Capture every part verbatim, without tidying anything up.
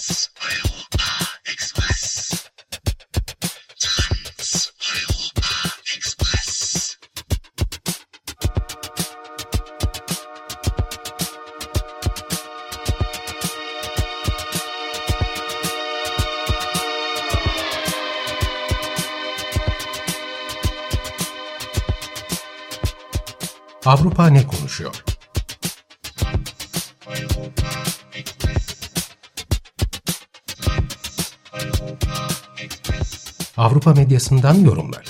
Avrupa ne konuşuyor? Avrupa medyasından yorumlar.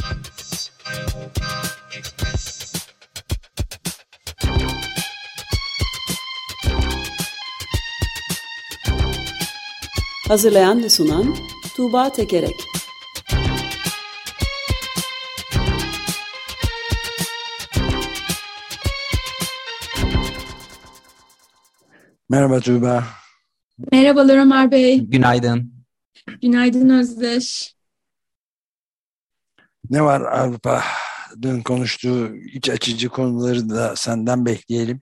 Hazırlayan ve sunan Tuğba Tekerek. Merhaba Tuğba. Merhabalar Ömer Bey. Günaydın. Günaydın Özdeş. Ne var Avrupa? Dün konuştuğu iç açıcı konuları da senden bekleyelim.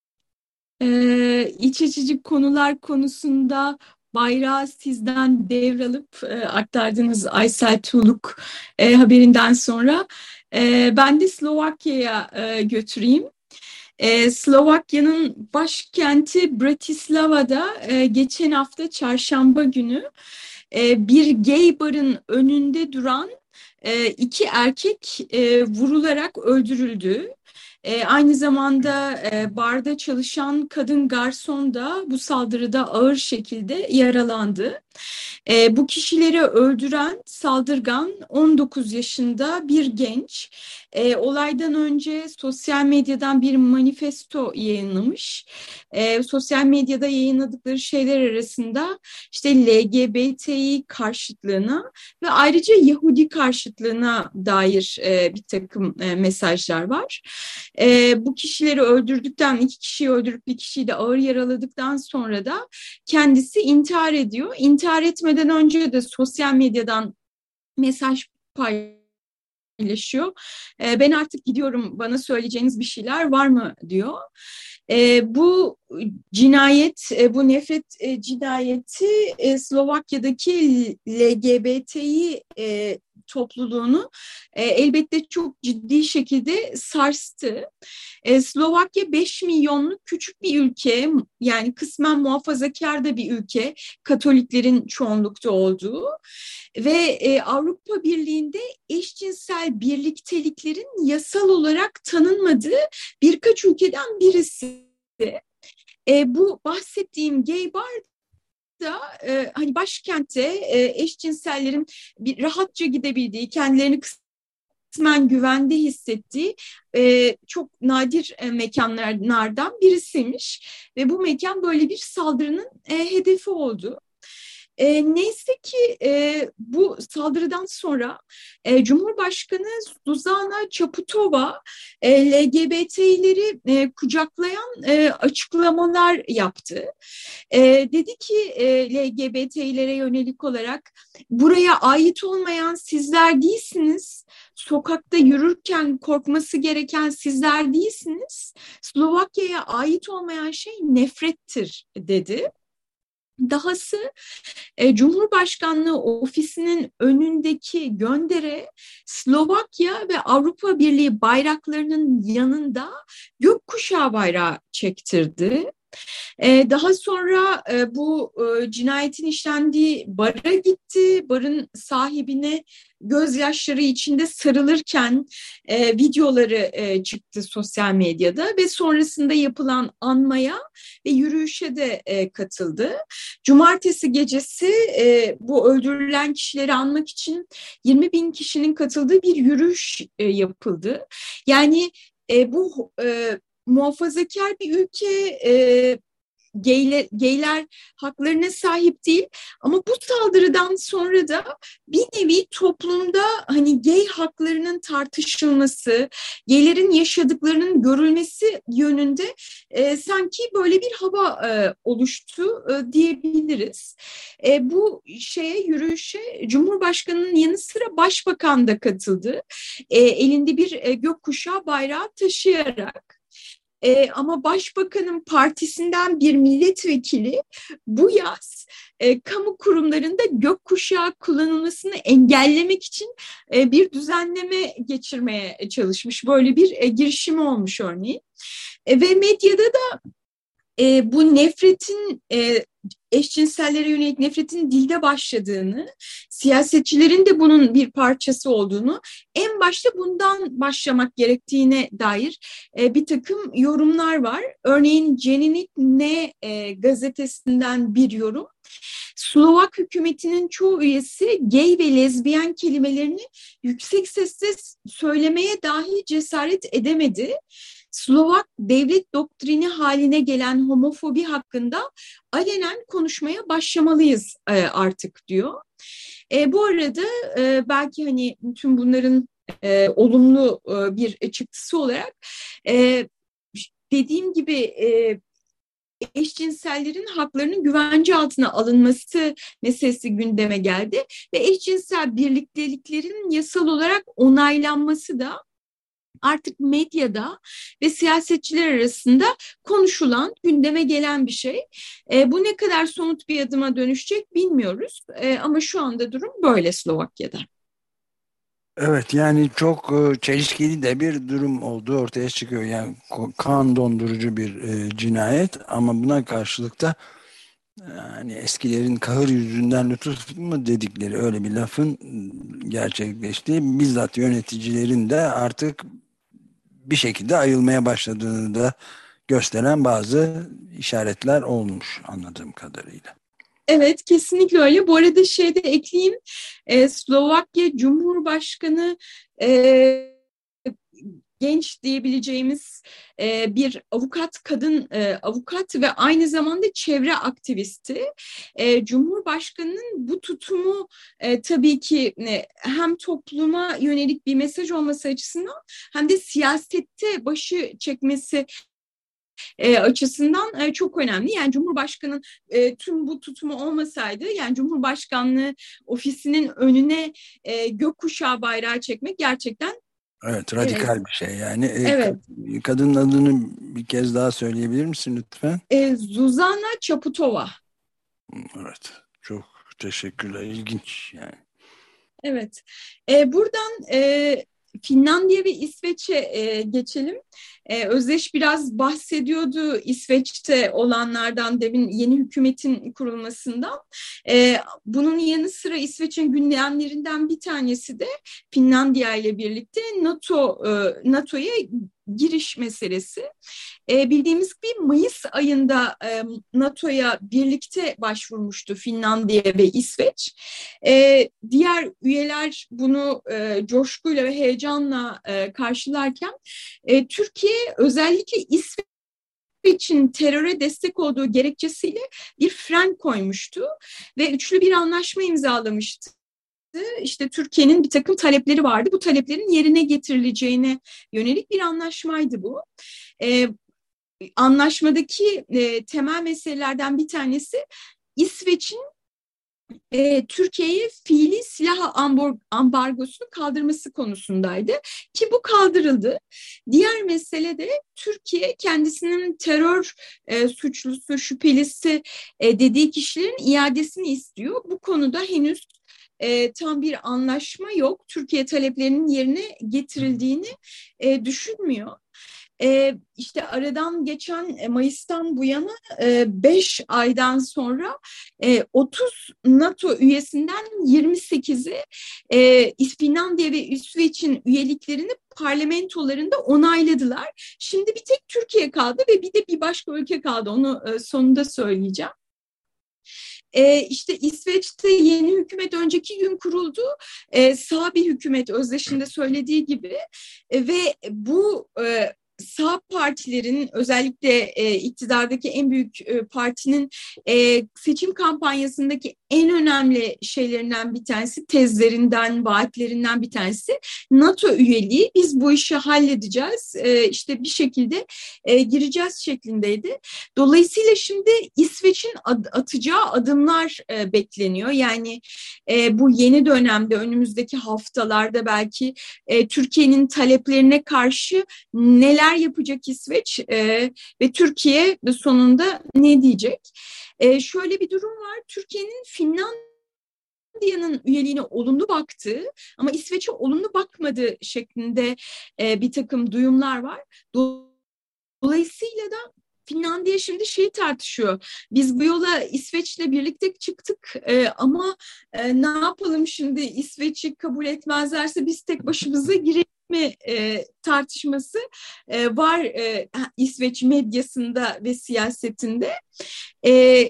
Ee, iç açıcı konular konusunda bayrağı sizden devralıp e, aktardığınız Aysel Tuğluk e, haberinden sonra e, ben de Slovakya'ya e, götüreyim. Ee, Slovakya'nın başkenti Bratislava'da e, geçen hafta çarşamba günü e, bir gay barın önünde duran e, iki erkek e, vurularak öldürüldü. E, aynı zamanda e, barda çalışan kadın garson da bu saldırıda ağır şekilde yaralandı. E, bu kişileri öldüren saldırgan on dokuz yaşında bir genç. E, olaydan önce sosyal medyadan bir manifesto yayınlamış. E, sosyal medyada yayınladıkları şeyler arasında işte L G B T İ karşıtlığına ve ayrıca Yahudi karşıtlığına dair e, bir takım e, mesajlar var. E, bu kişileri öldürdükten, iki kişiyi öldürüp bir kişiyi de ağır yaraladıktan sonra da kendisi intihar ediyor. İntihar etmeden önce de sosyal medyadan mesaj paylaşıyor. E, ben artık gidiyorum, bana söyleyeceğiniz bir şeyler var mı diyor. E, bu cinayet, e, bu nefret e, cinayeti e, Slovakya'daki L G B T İ e, topluluğunu e, elbette çok ciddi şekilde sarstı. E, Slovakya beş milyonluk küçük bir ülke, yani kısmen muhafazakar da bir ülke, Katoliklerin çoğunlukta olduğu ve e, Avrupa Birliği'nde eşcinsel birlikteliklerin yasal olarak tanınmadığı birkaç ülkeden birisi. E, bu bahsettiğim gay bar da e, hani başkentte e, eşcinsellerin bir rahatça gidebildiği, kendilerini kısmen güvende hissettiği e, çok nadir e, mekanlardan birisiymiş ve bu mekan böyle bir saldırının e, hedefi oldu. E, neyse ki e, bu saldırıdan sonra e, Cumhurbaşkanı Zuzana Çaputova e, L G B T İ'leri e, kucaklayan e, açıklamalar yaptı. E, dedi ki e, L G B T İ'lere yönelik olarak buraya ait olmayan sizler değilsiniz. Sokakta yürürken korkması gereken sizler değilsiniz. Slovakya'ya ait olmayan şey nefrettir dedi. Dahası e, Cumhurbaşkanlığı ofisinin önündeki göndere Slovakya ve Avrupa Birliği bayraklarının yanında gökkuşağı bayrağı çektirdi. Ee, daha sonra e, bu e, cinayetin işlendiği bara gitti. Barın sahibine gözyaşları içinde sarılırken e, videoları e, çıktı sosyal medyada ve sonrasında yapılan anmaya ve yürüyüşe de e, katıldı. Cumartesi gecesi e, bu öldürülen kişileri anmak için yirmi bin kişinin katıldığı bir yürüyüş e, yapıldı. Yani e, bu e, muhafazakar bir ülke, e, geyler, geyler haklarına sahip değil ama bu saldırıdan sonra da bir nevi toplumda hani gay haklarının tartışılması, geylerin yaşadıklarının görülmesi yönünde e, sanki böyle bir hava e, oluştu e, diyebiliriz. E, bu şeye, yürüyüşe Cumhurbaşkanı'nın yanı sıra Başbakan da katıldı. E, elinde bir e, gökkuşağı bayrağı taşıyarak. Ee, ama Başbakanın partisinden bir milletvekili bu yaz e, kamu kurumlarında gökkuşağı kullanılmasını engellemek için e, bir düzenleme geçirmeye çalışmış. Böyle bir e, girişimi olmuş örneğin. E, ve medyada da e, bu nefretin, e, eşcinsellere yönelik nefretin dilde başladığını, siyasetçilerin de bunun bir parçası olduğunu, en başta bundan başlamak gerektiğine dair e, bir takım yorumlar var. Örneğin Ceninik Ne e, gazetesinden bir yorum. Slovak hükümetinin çoğu üyesi gay ve lezbiyen kelimelerini yüksek sesle söylemeye dahi cesaret edemedi. Slovak devlet doktrini haline gelen homofobi hakkında alenen konuşmaya başlamalıyız e, artık diyor. E, bu arada e, belki hani tüm bunların e, olumlu e, bir çıktısı olarak e, dediğim gibi e, eşcinsellerin haklarının güvence altına alınması meselesi gündeme geldi ve eşcinsel birlikteliklerin yasal olarak onaylanması da artık medyada ve siyasetçiler arasında konuşulan, gündeme gelen bir şey. E, bu ne kadar somut bir adıma dönüşecek bilmiyoruz. E, ama şu anda durum böyle Slovakya'da. Evet, yani çok e, çelişkili de bir durum olduğu ortaya çıkıyor. Yani kan dondurucu bir e, cinayet, ama buna karşılık da yani eskilerin kahır yüzünden lütuf mu dedikleri öyle bir lafın gerçekleştiği, bizzat yöneticilerin de artık bir şekilde ayılmaya başladığını da gösteren bazı işaretler olmuş anladığım kadarıyla. Evet, kesinlikle öyle. Bu arada şey de ekleyeyim. E, Slovakya Cumhurbaşkanı e, genç diyebileceğimiz e, bir avukat, kadın e, avukat ve aynı zamanda çevre aktivisti. E, Cumhurbaşkanının bu tutumu e, tabii ki e, hem topluma yönelik bir mesaj olması açısından hem de siyasette başı çekmesi E, açısından e, çok önemli. Yani Cumhurbaşkanı'nın e, tüm bu tutumu olmasaydı, yani Cumhurbaşkanlığı ofisinin önüne e, gökkuşağı bayrağı çekmek gerçekten evet, radikal evet. bir şey. Yani e, evet. Kadının adını bir kez daha söyleyebilir misin lütfen? E, Zuzana Çaputova. Evet, çok teşekkürler. İlginç yani. Evet. E, buradan e, Finlandiya ve İsveç'e e, geçelim. E, Özdeş biraz bahsediyordu İsveç'te olanlardan, demin yeni hükümetin kurulmasından. E, bunun yanı sıra İsveç'in gündemlerinden bir tanesi de Finlandiya ile birlikte NATO e, NATO'ya giriş meselesi. E, bildiğimiz gibi Mayıs ayında e, NATO'ya birlikte başvurmuştu Finlandiya ve İsveç. E, diğer üyeler bunu e, coşkuyla ve heyecanla e, karşılarken e, Türkiye özellikle İsveç için teröre destek olduğu gerekçesiyle bir fren koymuştu ve üçlü bir anlaşma imzalamıştı. İşte Türkiye'nin bir takım talepleri vardı. Bu taleplerin yerine getirileceğine yönelik bir anlaşmaydı bu. Ee, anlaşmadaki e, temel meselelerden bir tanesi İsveç'in e, Türkiye'ye fiili silah ambargosunu kaldırması konusundaydı ki bu kaldırıldı. Diğer mesele de Türkiye kendisinin terör e, suçlusu, şüphelisi e, dediği kişilerin iadesini istiyor. Bu konuda henüz E, tam bir anlaşma yok. Türkiye taleplerinin yerine getirildiğini e, düşünmüyor. E, işte aradan geçen e, Mayıs'tan bu yana e, beş aydan sonra e, otuz NATO üyesinden yirmi sekizi e, Finlandiya ve İsveç'in üyeliklerini parlamentolarında onayladılar. Şimdi bir tek Türkiye kaldı ve bir de bir başka ülke kaldı. Onu e, sonunda söyleyeceğim. Ee, işte İsveç'te yeni hükümet önceki gün kuruldu. Ee, sağ bir hükümet, Özdeş'in de söylediği gibi ee, ve bu e, sağ partilerin, özellikle e, iktidardaki en büyük e, partinin e, seçim kampanyasındaki en önemli şeylerinden bir tanesi, tezlerinden, vaatlerinden bir tanesi NATO üyeliği. Biz bu işi halledeceğiz, e, işte bir şekilde e, gireceğiz şeklindeydi. Dolayısıyla şimdi İsveç'in ad, atacağı adımlar e, bekleniyor. Yani e, bu yeni dönemde, önümüzdeki haftalarda belki e, Türkiye'nin taleplerine karşı neler neler yapacak İsveç e, ve Türkiye sonunda ne diyecek? E, şöyle bir durum var. Türkiye'nin Finlandiya'nın üyeliğine olumlu baktığı ama İsveç'e olumlu bakmadığı şeklinde e, bir takım duyumlar var. Dolayısıyla da Finlandiya şimdi şeyi tartışıyor. Biz bu yola İsveç'le birlikte çıktık e, ama e, ne yapalım şimdi, İsveç'i kabul etmezlerse biz tek başımıza girelim mi e, tartışması e, var e, İsveç medyasında ve siyasetinde. E,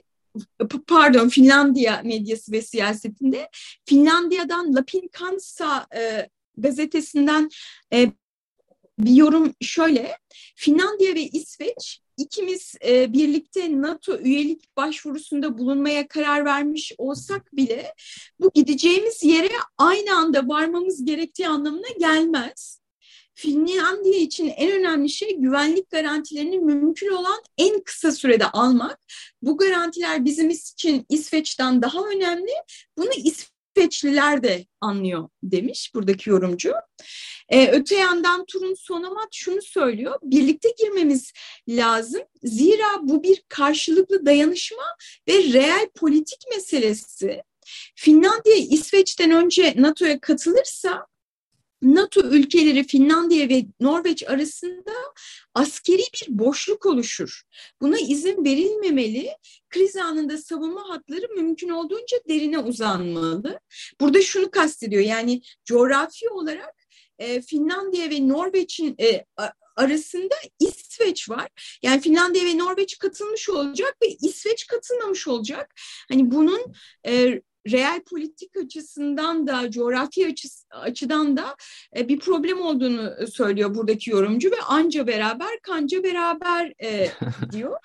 pardon Finlandiya medyası ve siyasetinde. Finlandiya'dan Lapin Kansa e, gazetesinden e, bir yorum şöyle: Finlandiya ve İsveç ikimiz e, birlikte NATO üyelik başvurusunda bulunmaya karar vermiş olsak bile bu gideceğimiz yere aynı anda varmamız gerektiği anlamına gelmez. Finlandiya için en önemli şey güvenlik garantilerini mümkün olan en kısa sürede almak. Bu garantiler bizim için İsveç'ten daha önemli. Bunu İsveçliler de anlıyor demiş buradaki yorumcu. Ee, öte yandan Turun Sonamat şunu söylüyor: birlikte girmemiz lazım. Zira bu bir karşılıklı dayanışma ve reel politik meselesi. Finlandiya İsveç'ten önce NATO'ya katılırsa NATO ülkeleri Finlandiya ve Norveç arasında askeri bir boşluk oluşur. Buna izin verilmemeli. Kriz anında savunma hatları mümkün olduğunca derine uzanmalı. Burada şunu kastediyor: yani coğrafi olarak e, Finlandiya ve Norveç'in e, arasında İsveç var. Yani Finlandiya ve Norveç katılmış olacak ve İsveç katılmamış olacak. Hani bunun e, reel politik açısından da coğrafi açıs, açıdan da e, bir problem olduğunu söylüyor buradaki yorumcu ve anca beraber kanca beraber e, diyor.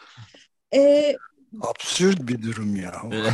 E, Absürt bir durum ya. Öyle.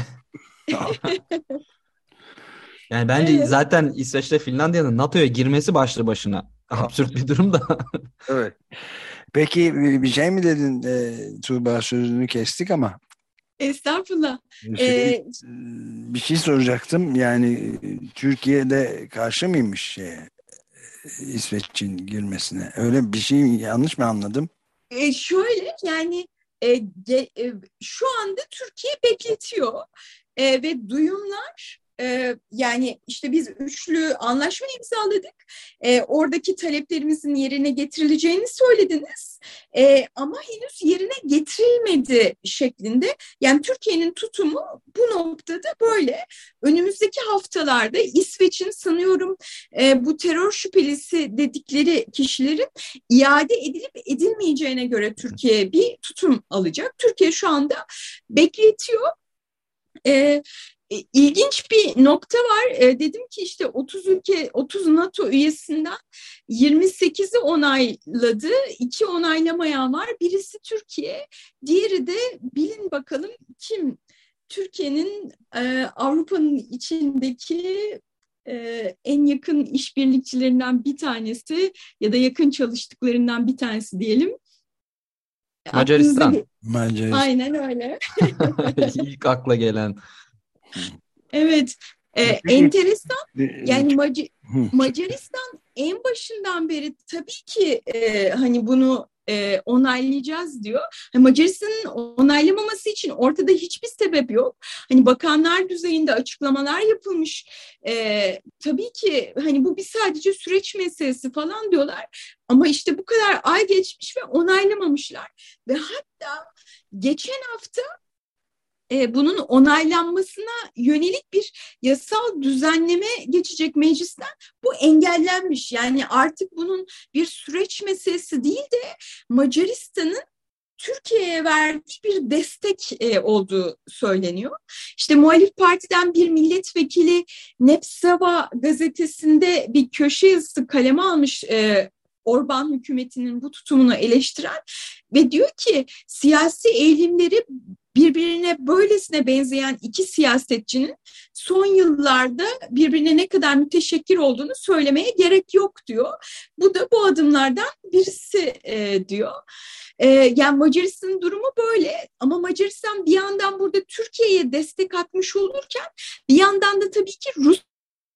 Yani bence Evet. zaten İsveç'te Finlandiya'nın NATO'ya girmesi başlı başına absürt bir durum da. Evet. Peki bir şey mi dedin e, Tuğba, sözünü kestik ama. Estağfurullah. Şey, Ee, bir şey soracaktım. Yani Türkiye'de karşı mıymış şeye, İsveç'in girmesine? Öyle bir şey, yanlış mı anladım? e, şöyle yani e, ge, e, şu anda Türkiye bekletiyor e, ve duyumlar e, yani işte biz üçlü anlaşma imzaladık. E, oradaki taleplerimizin yerine getirileceğini söylediniz. E, ama henüz yerine getirilmedi şeklinde. Yani Türkiye'nin tutumu bu noktada böyle. Önümüzdeki haftalarda İsveç'in sanıyorum e, bu terör şüphelisi dedikleri kişilerin iade edilip edilmeyeceğine göre Türkiye bir tutum alacak. Türkiye şu anda bekletiyor. E, İlginç bir nokta var. E, dedim ki işte otuz ülke, otuz NATO üyesinden yirmi sekizi onayladı. iki onaylamayan var. Birisi Türkiye, diğeri de bilin bakalım kim? Türkiye'nin e, Avrupa'nın içindeki e, en yakın işbirlikçilerinden bir tanesi ya da yakın çalıştıklarından bir tanesi diyelim. Macaristan. Aklınıza... Macaristan. Aynen öyle. İlk akla gelen. Evet, e, enteresan. Yani Mac- Macaristan en başından beri tabii ki e, hani bunu e, onaylayacağız diyor. Macaristan'ın onaylamaması için ortada hiçbir sebep yok. Hani bakanlar düzeyinde açıklamalar yapılmış. E, tabii ki hani bu bir sadece süreç meselesi falan diyorlar. Ama işte bu kadar ay geçmiş ve onaylamamışlar. Ve hatta geçen hafta E, bunun onaylanmasına yönelik bir yasal düzenleme geçecek meclisten, bu engellenmiş. Yani artık bunun bir süreç meselesi değil de Macaristan'ın Türkiye'ye verdiği bir destek e, olduğu söyleniyor. İşte muhalif partiden bir milletvekili Nepsava gazetesinde bir köşe yazısı kaleme almış e, Orban hükümetinin bu tutumunu eleştiren ve diyor ki siyasi eğilimleri birbirine böylesine benzeyen iki siyasetçinin son yıllarda birbirine ne kadar müteşekkir olduğunu söylemeye gerek yok diyor. Bu da bu adımlardan birisi e, diyor. E, yani Macaristan'ın durumu böyle ama Macaristan bir yandan burada Türkiye'ye destek atmış olurken bir yandan da tabii ki Rus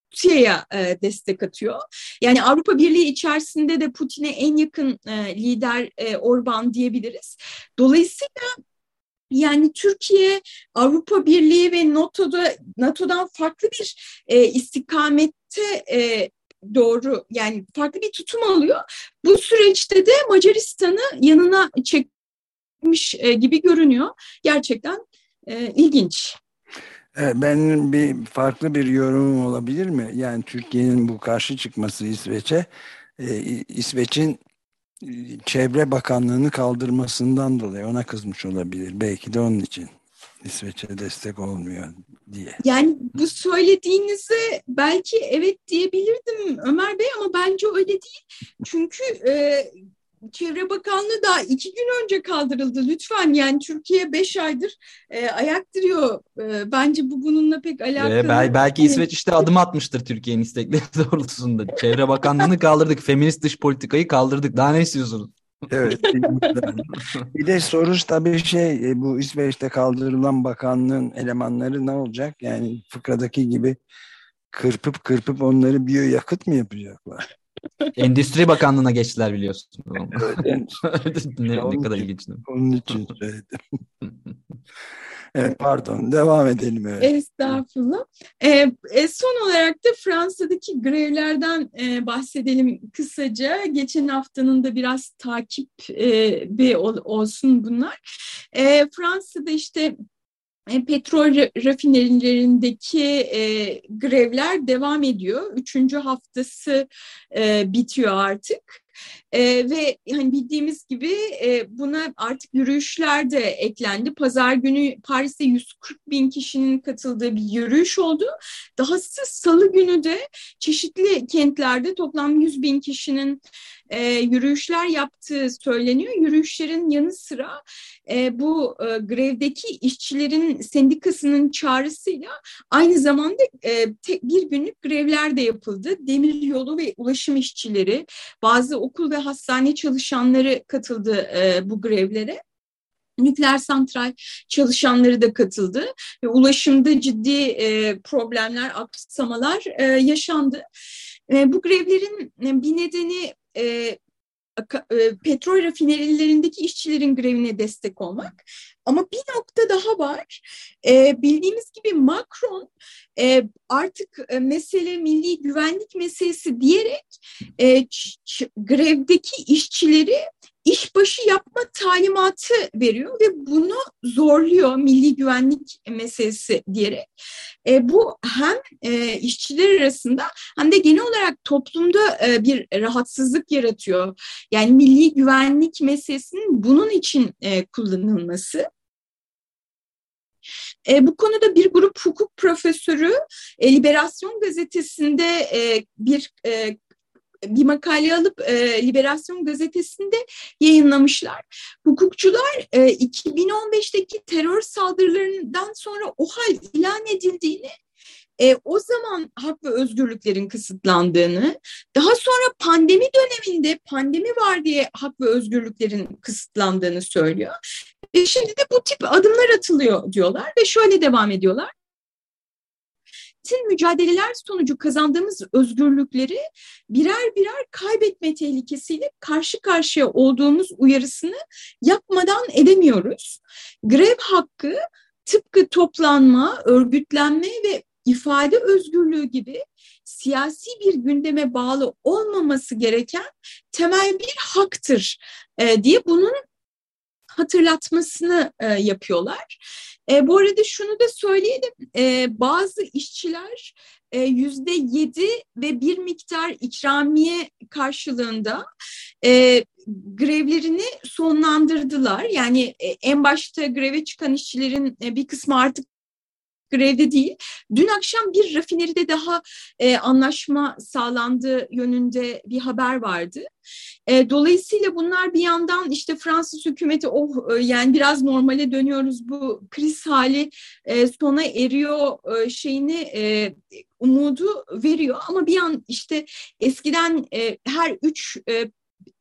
Rusya'ya e, destek atıyor. Yani Avrupa Birliği içerisinde de Putin'e en yakın e, lider e, Orban diyebiliriz. Dolayısıyla yani Türkiye Avrupa Birliği ve NATO'da NATO'dan farklı bir e, istikamette e, doğru yani farklı bir tutum alıyor. Bu süreçte de Macaristan'ı yanına çekmiş e, gibi görünüyor. Gerçekten e, ilginç. Evet, benim bir farklı bir yorumum olabilir mi? Yani Türkiye'nin bu karşı çıkması İsveç'e, e, İsveç'in e, Çevre Bakanlığı'nı kaldırmasından dolayı ona kızmış olabilir. Belki de onun için İsveç'e destek olmuyor diye. Yani bu söylediğinize belki evet diyebilirdim Ömer Bey ama bence öyle değil. Çünkü e, Çevre Bakanlığı daha iki gün önce kaldırıldı. Lütfen yani Türkiye beş aydır e, ayak diriyor. E, bence bu bununla pek alakalı. Ve bel- belki Hani- İsveç işte adım atmıştır Türkiye'nin istekleri doğrultusunda. Çevre Bakanlığı'nı kaldırdık, feminist dış politikayı kaldırdık. Daha ne istiyorsunuz? Evet. Bir de soru tabii şey, e, bu İsveç'te kaldırılan bakanlığın elemanları ne olacak? Yani fıkradaki gibi kırpıp kırpıp onları biyoyakıt mı yapacaklar? Endüstri Bakanlığı'na geçtiler biliyorsun. Evet. ne, ne kadar için, ilginç değil mi? onun için söyledim. Evet, pardon, devam edelim. Evet. Estağfurullah. E, e, son olarak da Fransa'daki grevlerden e, bahsedelim kısaca. Geçen haftanın da biraz takip e, bir ol, olsun bunlar. E, Fransa'da işte e, petrol rafinerilerindeki e, grevler devam ediyor. Üçüncü haftası e, bitiyor artık. E, ve hani bildiğimiz gibi e, buna artık yürüyüşler de eklendi. Pazar günü Paris'te yüz kırk bin kişinin katıldığı bir yürüyüş oldu. Dahası Salı günü de çeşitli kentlerde toplam yüz bin kişinin e, yürüyüşler yaptığı söyleniyor. Yürüyüşlerin yanı sıra e, bu e, grevdeki işçilerin sendikasının çağrısıyla aynı zamanda e, tek bir günlük grevler de yapıldı. Demiryolu ve ulaşım işçileri, bazı okul ve hastane çalışanları katıldı e, bu grevlere. Nükleer santral çalışanları da katıldı ve ulaşımda ciddi e, problemler, aksamalar e, yaşandı. E, bu grevlerin bir nedeni e, petrol rafinerilerindeki işçilerin grevine destek olmak. Ama bir nokta daha var. E, bildiğimiz gibi Macron e, artık e, mesele milli güvenlik meselesi diyerek e, ç- ç- grevdeki işçileri işbaşı yapma talimatı veriyor ve bunu zorluyor milli güvenlik meselesi diyerek. E, bu hem e, işçiler arasında hem de genel olarak toplumda e, bir rahatsızlık yaratıyor. Yani milli güvenlik meselesinin bunun için e, kullanılması. E, bu konuda bir grup hukuk profesörü e, Liberasyon gazetesinde e, bir e, bir makale alıp e, Liberasyon gazetesinde yayınlamışlar. Hukukçular e, iki bin on beşteki terör saldırılarından sonra o hal ilan edildiğini, E, o zaman hak ve özgürlüklerin kısıtlandığını, daha sonra pandemi döneminde pandemi var diye hak ve özgürlüklerin kısıtlandığını söylüyor. Ve şimdi de bu tip adımlar atılıyor diyorlar ve şöyle devam ediyorlar. Tüm mücadeleler sonucu kazandığımız özgürlükleri birer birer kaybetme tehlikesiyle karşı karşıya olduğumuz uyarısını yapmadan edemiyoruz. Grev hakkı tıpkı toplanma, örgütlenme ve ifade özgürlüğü gibi siyasi bir gündeme bağlı olmaması gereken temel bir haktır e, diye bunun hatırlatmasını e, yapıyorlar. E, bu arada şunu da söyleyelim, e, bazı işçiler e, yüzde yedi ve bir miktar ikramiye karşılığında e, grevlerini sonlandırdılar. Yani e, en başta greve çıkan işçilerin e, bir kısmı artık grevde değil. Dün akşam bir rafineride daha e, anlaşma sağlandığı yönünde bir haber vardı. E, dolayısıyla bunlar bir yandan işte Fransız hükümeti oh e, yani biraz normale dönüyoruz, bu kriz hali e, sona eriyor e, şeyini e, umudu veriyor. Ama bir yan işte eskiden e, her üç e,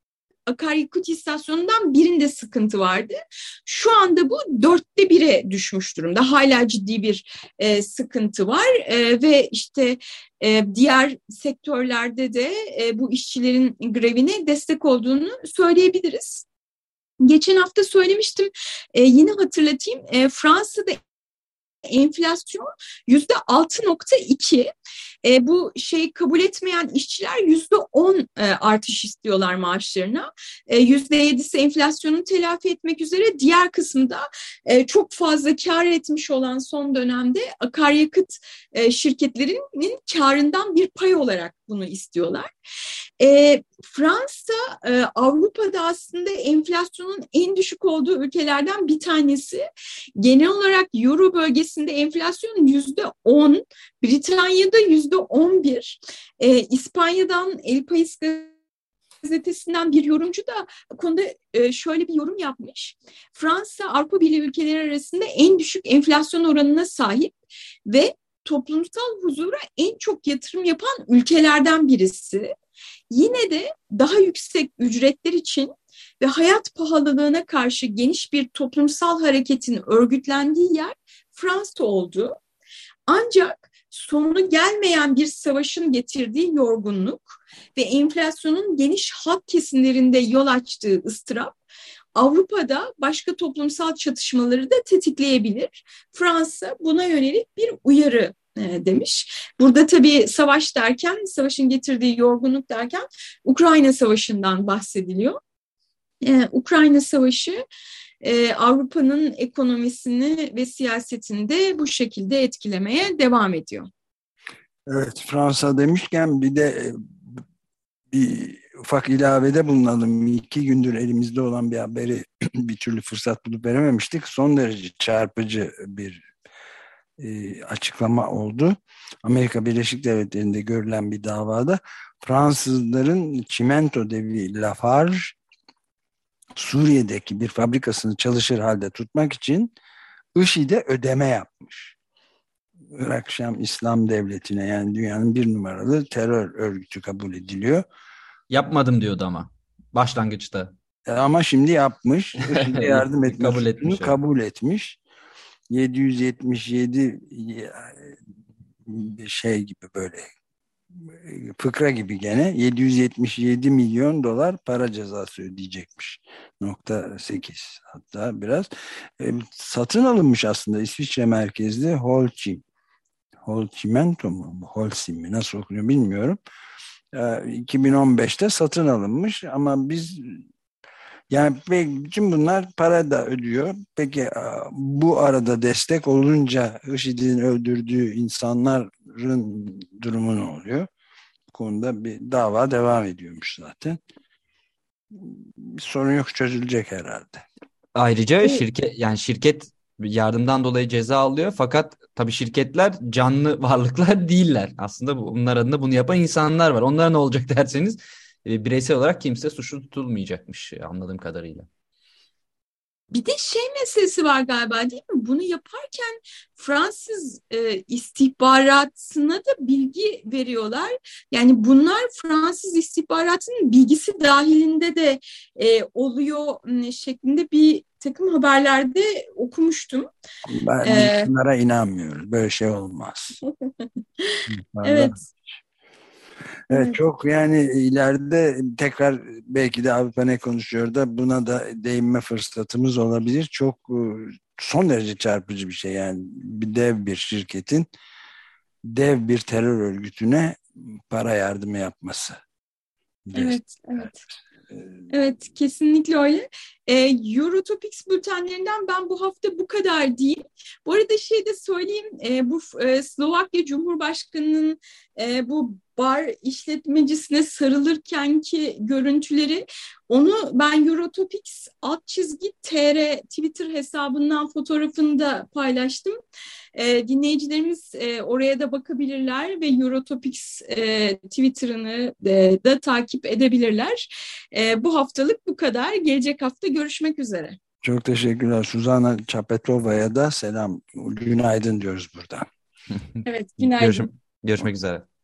akaryakıt istasyonundan birinde sıkıntı vardı. Şu anda bu dörtte bire düşmüş durumda. Hala ciddi bir e, sıkıntı var e, ve işte e, diğer sektörlerde de e, bu işçilerin grevine destek olduğunu söyleyebiliriz. Geçen hafta söylemiştim, e, yine hatırlatayım, e, Fransa'da enflasyon yüzde altı nokta iki. E, bu şeyi kabul etmeyen işçiler yüzde on e, artış istiyorlar maaşlarına. E, yüzde yedisi enflasyonu telafi etmek üzere, diğer kısmı da e, çok fazla kar etmiş olan son dönemde akaryakıt e, şirketlerinin karından bir pay olarak bunu istiyorlar. E, Fransa e, Avrupa'da aslında enflasyonun en düşük olduğu ülkelerden bir tanesi. Genel olarak Euro bölgesinde enflasyon yüzde on, Britanya'da yüzde on bir. E, İspanya'dan El País gazetesinden bir yorumcu da bu konuda e, şöyle bir yorum yapmış. Fransa Avrupa Birliği ülkeleri arasında en düşük enflasyon oranına sahip ve toplumsal huzura en çok yatırım yapan ülkelerden birisi. Yine de daha yüksek ücretler için ve hayat pahalılığına karşı geniş bir toplumsal hareketin örgütlendiği yer Fransa oldu. Ancak sonu gelmeyen bir savaşın getirdiği yorgunluk ve enflasyonun geniş halk kesimlerinde yol açtığı ıstırap Avrupa'da başka toplumsal çatışmaları da tetikleyebilir. Fransa buna yönelik bir uyarı e, demiş. Burada tabii savaş derken, savaşın getirdiği yorgunluk derken Ukrayna Savaşı'ndan bahsediliyor. Ee, Ukrayna Savaşı e, Avrupa'nın ekonomisini ve siyasetini de bu şekilde etkilemeye devam ediyor. Evet, Fransa demişken bir de bir ufak ilavede bulunalım. İki gündür elimizde olan bir haberi bir türlü fırsat bulup verememiştik. Son derece çarpıcı bir e, açıklama oldu. Amerika Birleşik Devletleri'nde görülen bir davada Fransızların çimento devi Lafarge Suriye'deki bir fabrikasını çalışır halde tutmak için IŞİD'e ödeme yapmış. Irak Şam İslam Devleti'ne, yani dünyanın bir numaralı terör örgütü kabul ediliyor. Yapmadım diyordu ama başlangıçta. E ama şimdi yapmış. IŞİD'e yardım etme kabul suçunu etmiş. kabul etmiş. yedi yüz yetmiş yedi şey gibi, böyle fıkra gibi, gene yedi yüz yetmiş yedi milyon dolar para cezası ödeyecekmiş. Nokta sekiz hatta biraz. E, satın alınmış aslında İsviçre merkezli Holcim. Holcimento mu? Holcim mi? Nasıl okunuyor bilmiyorum. E, iki bin on beşte satın alınmış ama biz, yani bütün bunlar para da ödüyor. Peki bu arada destek olunca IŞİD'in öldürdüğü insanların durumu ne oluyor? Bu konuda bir dava devam ediyormuş zaten. Bir sorun yok, çözülecek herhalde. Ayrıca şirket, yani şirket yardımdan dolayı ceza alıyor, fakat tabii şirketler canlı varlıklar değiller. Aslında bunlar adına bunu yapan insanlar var. Onlara ne olacak derseniz, bireysel olarak kimse suçlu tutulmayacakmış anladığım kadarıyla. Bir de şey meselesi var galiba, değil mi? Bunu yaparken Fransız e, istihbaratına da bilgi veriyorlar. Yani bunlar Fransız istihbaratının bilgisi dahilinde de e, oluyor şeklinde bir takım haberlerde okumuştum. Ben ee, bunlara inanmıyorum. Böyle şey olmaz. Evet. Evet, çok, yani ileride tekrar belki de Avrupa Ne Konuşuyor da buna da değinme fırsatımız olabilir. Çok son derece çarpıcı bir şey, yani bir dev bir şirketin dev bir terör örgütüne para yardımı yapması. Evet, evet. Evet, kesinlikle öyle. Ee, Eurotopics bültenlerinden ben bu hafta bu kadar diyeyim. Bu arada şey de söyleyeyim, e, bu e, Slovakya Cumhurbaşkanı'nın e, bu bar işletmecisine sarılırkenki görüntüleri, onu ben Eurotopics alt çizgi T R Twitter hesabından fotoğrafını da paylaştım. E, dinleyicilerimiz e, oraya da bakabilirler ve Eurotopics e, Twitter'ını e, da takip edebilirler. E, bu haftalık bu kadar. Gelecek hafta görüşmek üzere. Çok teşekkürler. Suzana Çapetova'ya da selam. Günaydın diyoruz buradan. Evet, günaydın. Görüşüm, görüşmek üzere.